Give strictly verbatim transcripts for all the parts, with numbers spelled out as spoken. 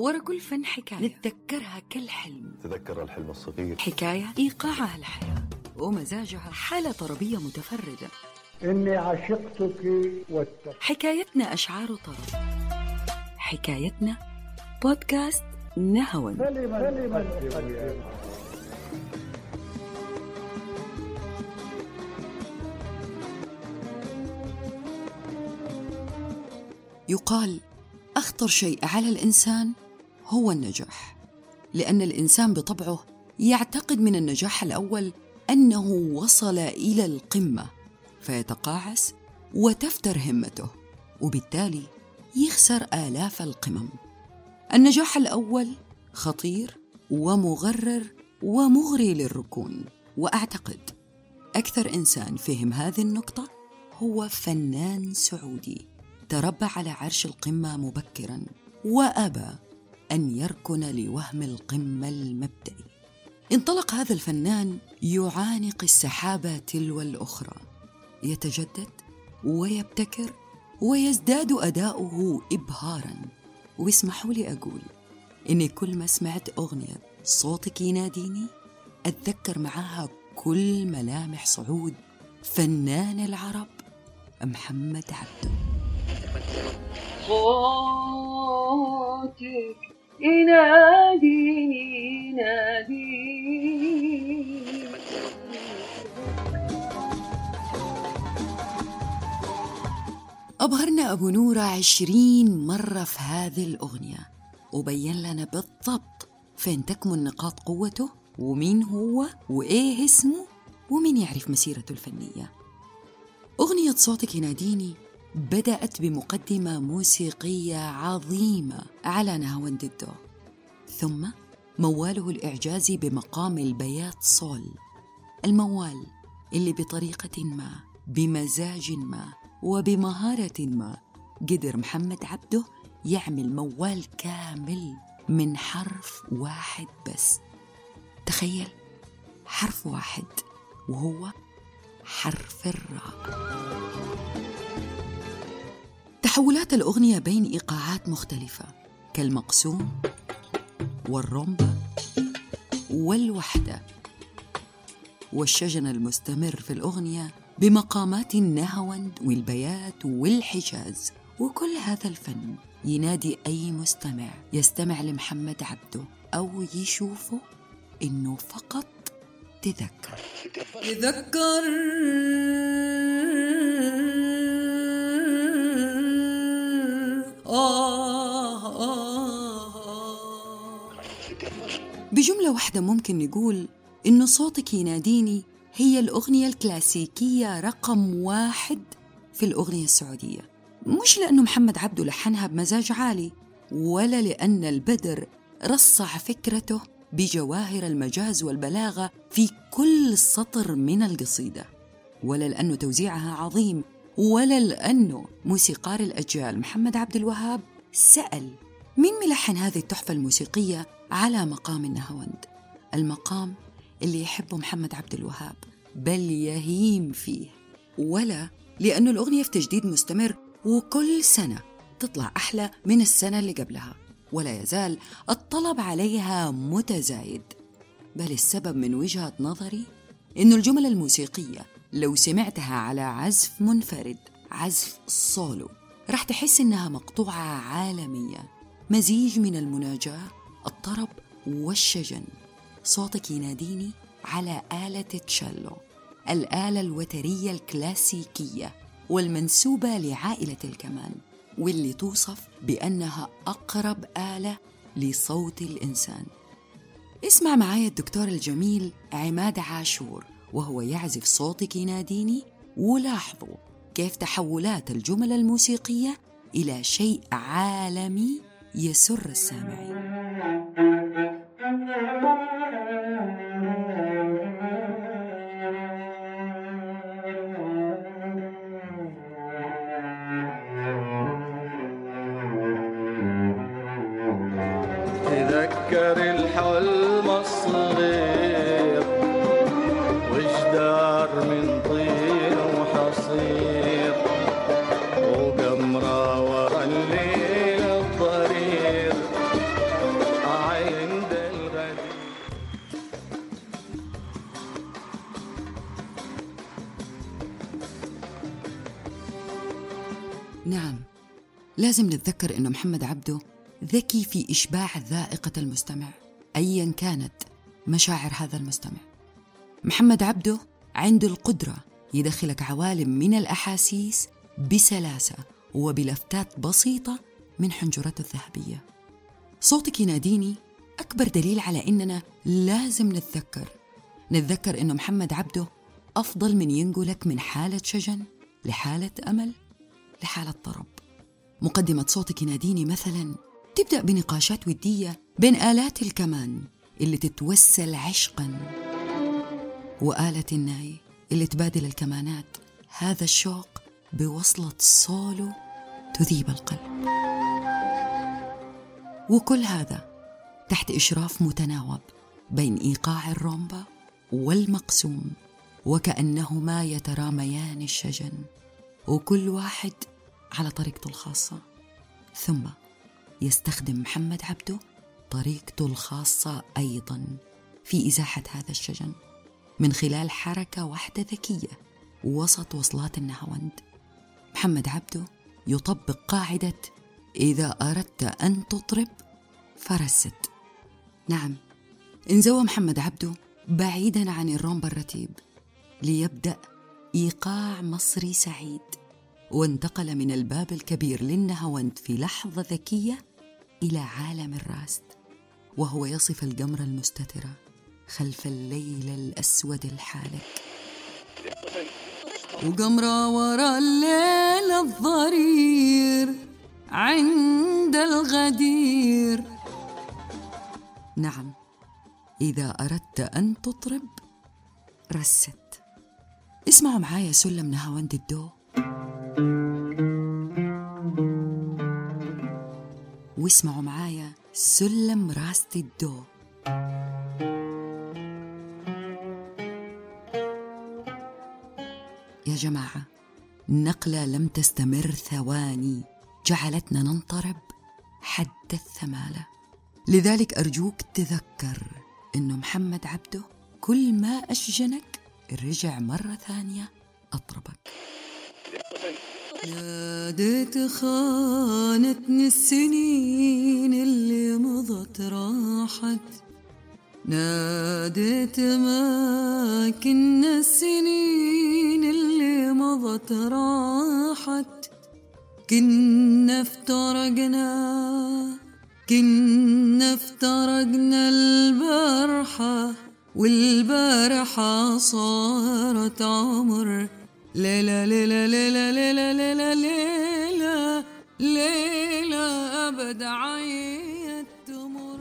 ورا كل فن حكاية نتذكرها كالحلم. تذكر الحلم الصغير، حكاية إيقاعها الحياة ومزاجها حالة طربية متفردة. إني عشقتك والتقى. حكايتنا أشعار طرب، حكايتنا بودكاست نهوند. يقال أخطر شيء على الإنسان هو النجاح، لأن الإنسان بطبعه يعتقد من النجاح الأول أنه وصل إلى القمة، فيتقاعس وتفتر همته، وبالتالي يخسر آلاف القمم. النجاح الأول خطير ومغرر ومغري للركون، وأعتقد أكثر إنسان فهم هذه النقطة هو فنان سعودي تربى على عرش القمة مبكراً وأبى أن يركن لوهم القمة المبدئي. انطلق هذا الفنان يعانق السحابة تلو الأخرى، يتجدد ويبتكر ويزداد أداؤه إبهاراً. واسمحوا لي أقول إني كل ما سمعت أغنية صوتك يناديني أتذكر معها كل ملامح صعود فنان العرب محمد عبده. صوتك يناديني يناديني. أبهرنا أبو نورة عشرين مرة في هذه الأغنية، وبين لنا بالضبط فين تكمن نقاط قوته ومين هو وإيه اسمه ومين يعرف مسيرته الفنية. أغنية صوتك يناديني بدأت بمقدمة موسيقية عظيمة على نهوند الدو، ثم مواله الإعجازي بمقام البيات صول، الموال اللي بطريقة ما بمزاج ما وبمهارة ما قدر محمد عبده يعمل موال كامل من حرف واحد بس. تخيل، حرف واحد وهو حرف الراء. تحولات الأغنية بين إيقاعات مختلفة كالمقسوم والرمبة والوحدة والشجن المستمر في الأغنية بمقامات النهوند والبيات والحجاز. وكل هذا الفن ينادي أي مستمع يستمع لمحمد عبده أو يشوفه إنه فقط تذكر تذكر آه آه. بجملة واحدة ممكن نقول إنه صوتك يناديني هي الأغنية الكلاسيكية رقم واحد في الأغنية السعودية، مش لأنه محمد عبده لحنها بمزاج عالي، ولا لأن البدر رصع فكرته بجواهر المجاز والبلاغة في كل سطر من القصيدة، ولا لأنه توزيعها عظيم، ولا لأنه موسيقار الأجيال محمد عبد الوهاب سأل مين ملحن هذه التحفة الموسيقية على مقام النهوند، المقام اللي يحبه محمد عبد الوهاب بل يهيم فيه، ولا لأنه الأغنية في تجديد مستمر وكل سنة تطلع أحلى من السنة اللي قبلها، ولا يزال الطلب عليها متزايد، بل السبب من وجهة نظري إنه الجمل الموسيقية لو سمعتها على عزف منفرد، عزف السولو، رح تحس إنها مقطوعة عالمية، مزيج من المناجاة، الطرب والشجن. صوتك يناديني على آلة تشيلو، الآلة الوترية الكلاسيكية والمنسوبة لعائلة الكمان، واللي توصف بأنها أقرب آلة لصوت الإنسان. اسمع معايا الدكتور الجميل عماد عاشور وهو يعزف صوتك يناديني، ولاحظوا كيف تحولات الجمل الموسيقية إلى شيء عالمي يسر السامعين. تذكر الحلم الصغير وجدار من طين وحصير وقمرة ورا الليل الضرير لازم نتذكر إنه محمد عبده ذكي في إشباع ذائقة المستمع أياً كانت مشاعر هذا المستمع. محمد عبده عنده القدرة يدخلك عوالم من الأحاسيس بسلاسة وبلفتات بسيطة من حنجرته الذهبية. صوتك يناديني أكبر دليل على إننا لازم نتذكر نتذكر إنه محمد عبده أفضل من ينقلك من حالة شجن لحالة أمل لحالة طرب. مقدمة صوتك يناديني مثلاً تبدأ بنقاشات ودية بين آلات الكمان اللي تتوسل عشقاً وآلة الناي اللي تبادل الكمانات، هذا الشوق بوصلة سولو تذيب القلب. وكل هذا تحت إشراف متناوب بين إيقاع الرومبا والمقسوم، وكأنهما يتراميان الشجن، وكل واحد على طريقته الخاصة. ثم يستخدم محمد عبده طريقته الخاصة أيضاً في إزاحة هذا الشجن من خلال حركة واحدة ذكية وسط وصلات النهاوند. محمد عبده يطبق قاعدة إذا أردت أن تطرب فرست. نعم، انزوى محمد عبده بعيداً عن الرومبا الرتيب ليبدأ إيقاع مصري سعيد، وانتقل من الباب الكبير للنهاوند في لحظة ذكية إلى عالم الراست، وهو يصف القمر المستترة خلف الليل الأسود الحالك، وقمرة ورا الليل الضرير عند الغدير. نعم، إذا أردت أن تطرب رست. اسمعوا معايا سلم نهاوند الدو، واسمعوا معايا سلم راست الدو. يا جماعة، نقلة لم تستمر ثواني جعلتنا ننطرب حد الثمالة. لذلك أرجوك تذكر إنه محمد عبده كل ما أشجنك رجع مرة ثانية أطربك. ناديت خانتني السنين اللي مضت راحت، ناديت ما كنا السنين اللي مضت راحت، كنا افترقنا كنا افترقنا البارحة، والبارحة صارت عمر. ليلة ليلة ليلة ليلة ليلة ليلة ليلة أبد عيت تمر.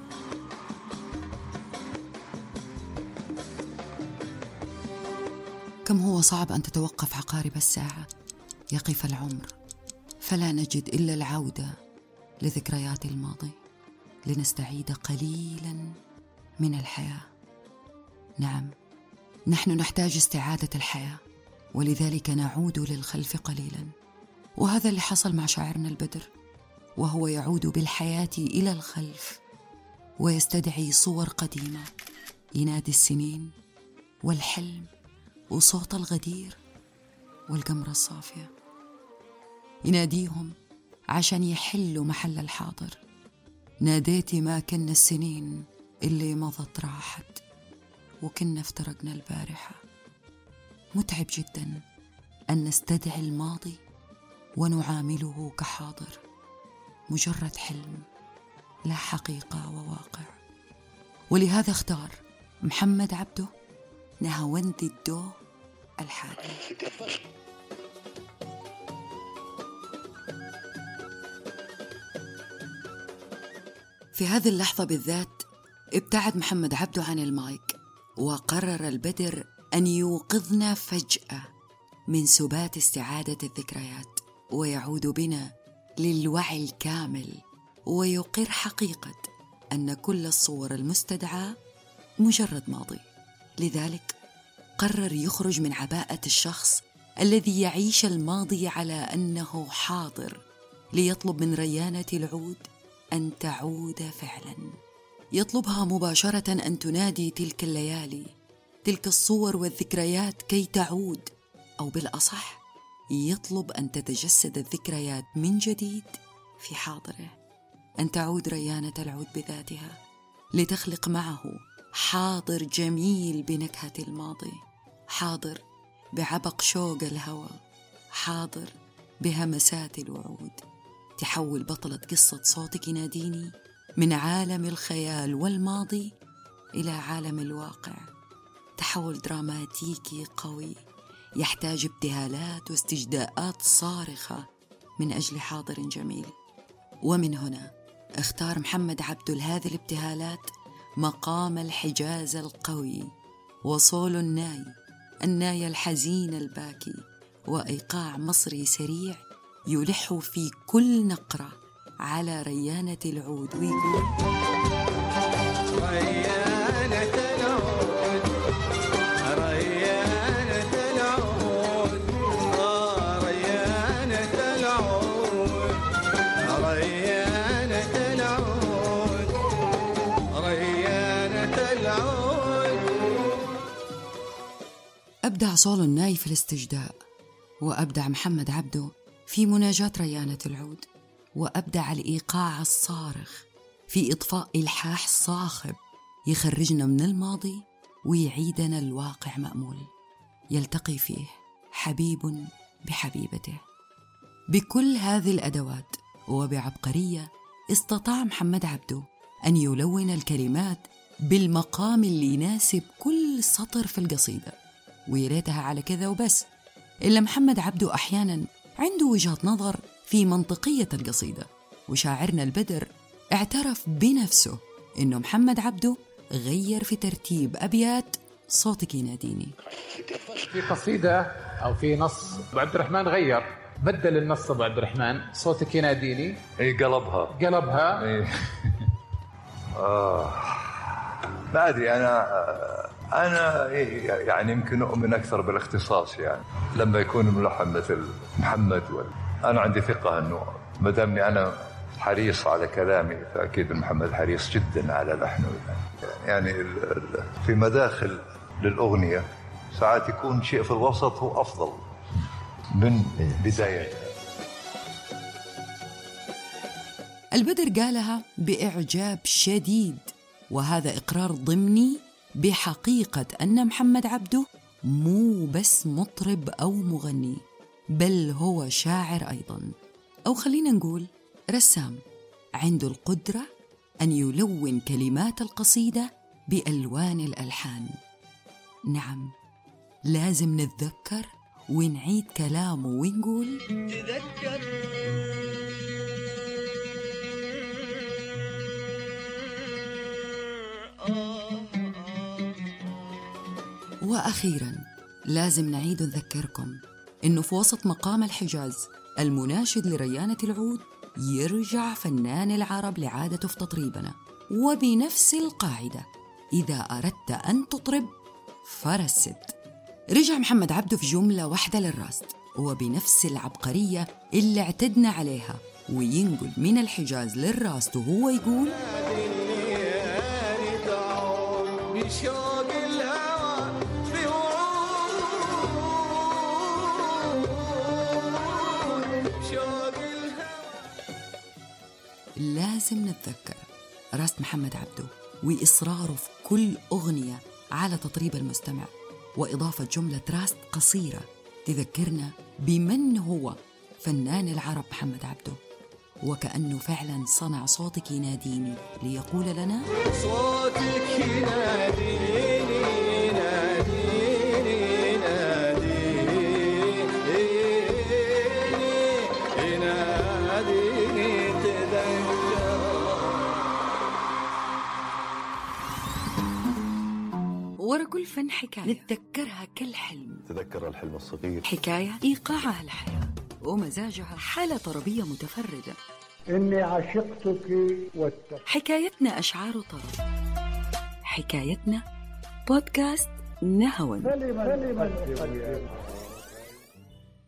كم هو صعب أن تتوقف عقارب الساعة، يقف العمر، فلا نجد إلا العودة لذكريات الماضي لنستعيد قليلاً من الحياة. نعم، نحن نحتاج استعادة الحياة، ولذلك نعود للخلف قليلاً. وهذا اللي حصل مع شاعرنا البدر، وهو يعود بالحياة إلى الخلف ويستدعي صور قديمة، ينادي السنين والحلم وصوت الغدير والقمرة الصافية، يناديهم عشان يحلوا محل الحاضر. ناديتي ما كنا السنين اللي مضت راحت، وكنا افترقنا البارحة. متعب جدا أن نستدعي الماضي ونعامله كحاضر، مجرد حلم لا حقيقة وواقع. ولهذا اختار محمد عبده نهاوند الدو الحالي. في هذه اللحظة بالذات ابتعد محمد عبده عن المايك، وقرر البدر أن يوقظنا فجأة من سبات استعادة الذكريات، ويعود بنا للوعي الكامل، ويقر حقيقة أن كل الصور المستدعاة مجرد ماضي. لذلك قرر يخرج من عباءة الشخص الذي يعيش الماضي على أنه حاضر، ليطلب من ريانة العود أن تعود فعلاً. يطلبها مباشرة أن تنادي تلك الليالي، تلك الصور والذكريات كي تعود، أو بالأصح يطلب أن تتجسد الذكريات من جديد في حاضره، أن تعود ريانة العود بذاتها لتخلق معه حاضر جميل بنكهة الماضي، حاضر بعبق شوق الهوى، حاضر بهمسات الوعود. تحول بطلة قصة صوتك يناديني من عالم الخيال والماضي إلى عالم الواقع، تحول دراماتيكي قوي يحتاج ابتهالات واستجداءات صارخة من أجل حاضر جميل. ومن هنا اختار محمد عبدو لهذه الابتهالات مقام الحجاز القوي وصول الناي، الناي الحزين الباكي، وإيقاع مصري سريع يلح في كل نقرة على ريانة العود ويقول: ريانة العود، ريانة العود، آه ريانة العود، ريانة العود، ريانة العود. أبدع صول الناي في الاستجداء، وأبدع محمد عبدو في مناجاة ريانة العود، وأبدع الإيقاع الصارخ في إضفاء إلحاح صاخب يخرجنا من الماضي ويعيدنا الواقع مأمول، يلتقي فيه حبيب بحبيبته. بكل هذه الأدوات وبعبقرية استطاع محمد عبدو أن يلون الكلمات بالمقام اللي يناسب كل سطر في القصيدة. ويريتها على كذا وبس، إلا محمد عبدو أحياناً عنده وجهة نظر في منطقية القصيدة، وشاعرنا البدر اعترف بنفسه إنه محمد عبدو غير في ترتيب أبيات صوتك يناديني. في قصيدة أو في نص أبو عبد الرحمن غير، بدل النص أبو عبد الرحمن، صوتك يناديني اي قلبها قلبها إيه. آه. ما أدري أنا أنا يعني يمكن أؤمن أكثر بالاختصاص، يعني لما يكون ملحن مثل محمد وال... أنا عندي ثقة أنه ما دامني أنا حريص على كلامي فأكيد محمد حريص جدا على لحنه. يعني في مداخل للأغنية ساعات يكون شيء في الوسط هو أفضل من بدايتها. البدر قالها بإعجاب شديد، وهذا إقرار ضمني بحقيقة أن محمد عبدو مو بس مطرب أو مغني، بل هو شاعر أيضاً، أو خلينا نقول رسام، عنده القدرة أن يلون كلمات القصيدة بألوان الألحان. نعم، لازم نتذكر ونعيد كلامه ونقول: تذكر وأخيراً لازم نعيد نذكركم إنه في وسط مقام الحجاز المناشد لريانة العود يرجع فنان العرب لعادته في تطريبنا، وبنفس القاعدة: إذا أردت أن تطرب فرست. رجع محمد عبدو في جملة واحدة للراست، وبنفس العبقرية اللي اعتدنا عليها، وينقل من الحجاز للراست وهو يقول: لازم نتذكر راست محمد عبدو وإصراره في كل أغنية على تطريب المستمع، وإضافة جملة راست قصيرة تذكرنا بمن هو فنان العرب محمد عبدو، وكأنه فعلا صنع صوتك يناديني ليقول لنا: صوتك يناديني ناديني ناديني ناديني تذكر. ورا كل فن حكاية نتذكرها كالحلم، تذكر الحلم الصغير، حكاية إيقاعها الحياة ومزاجها حالة طربية متفردة. إني عشقتك والتقى. حكايتنا أشعار طرب، حكايتنا بودكاست نهوى. فلمن أقدم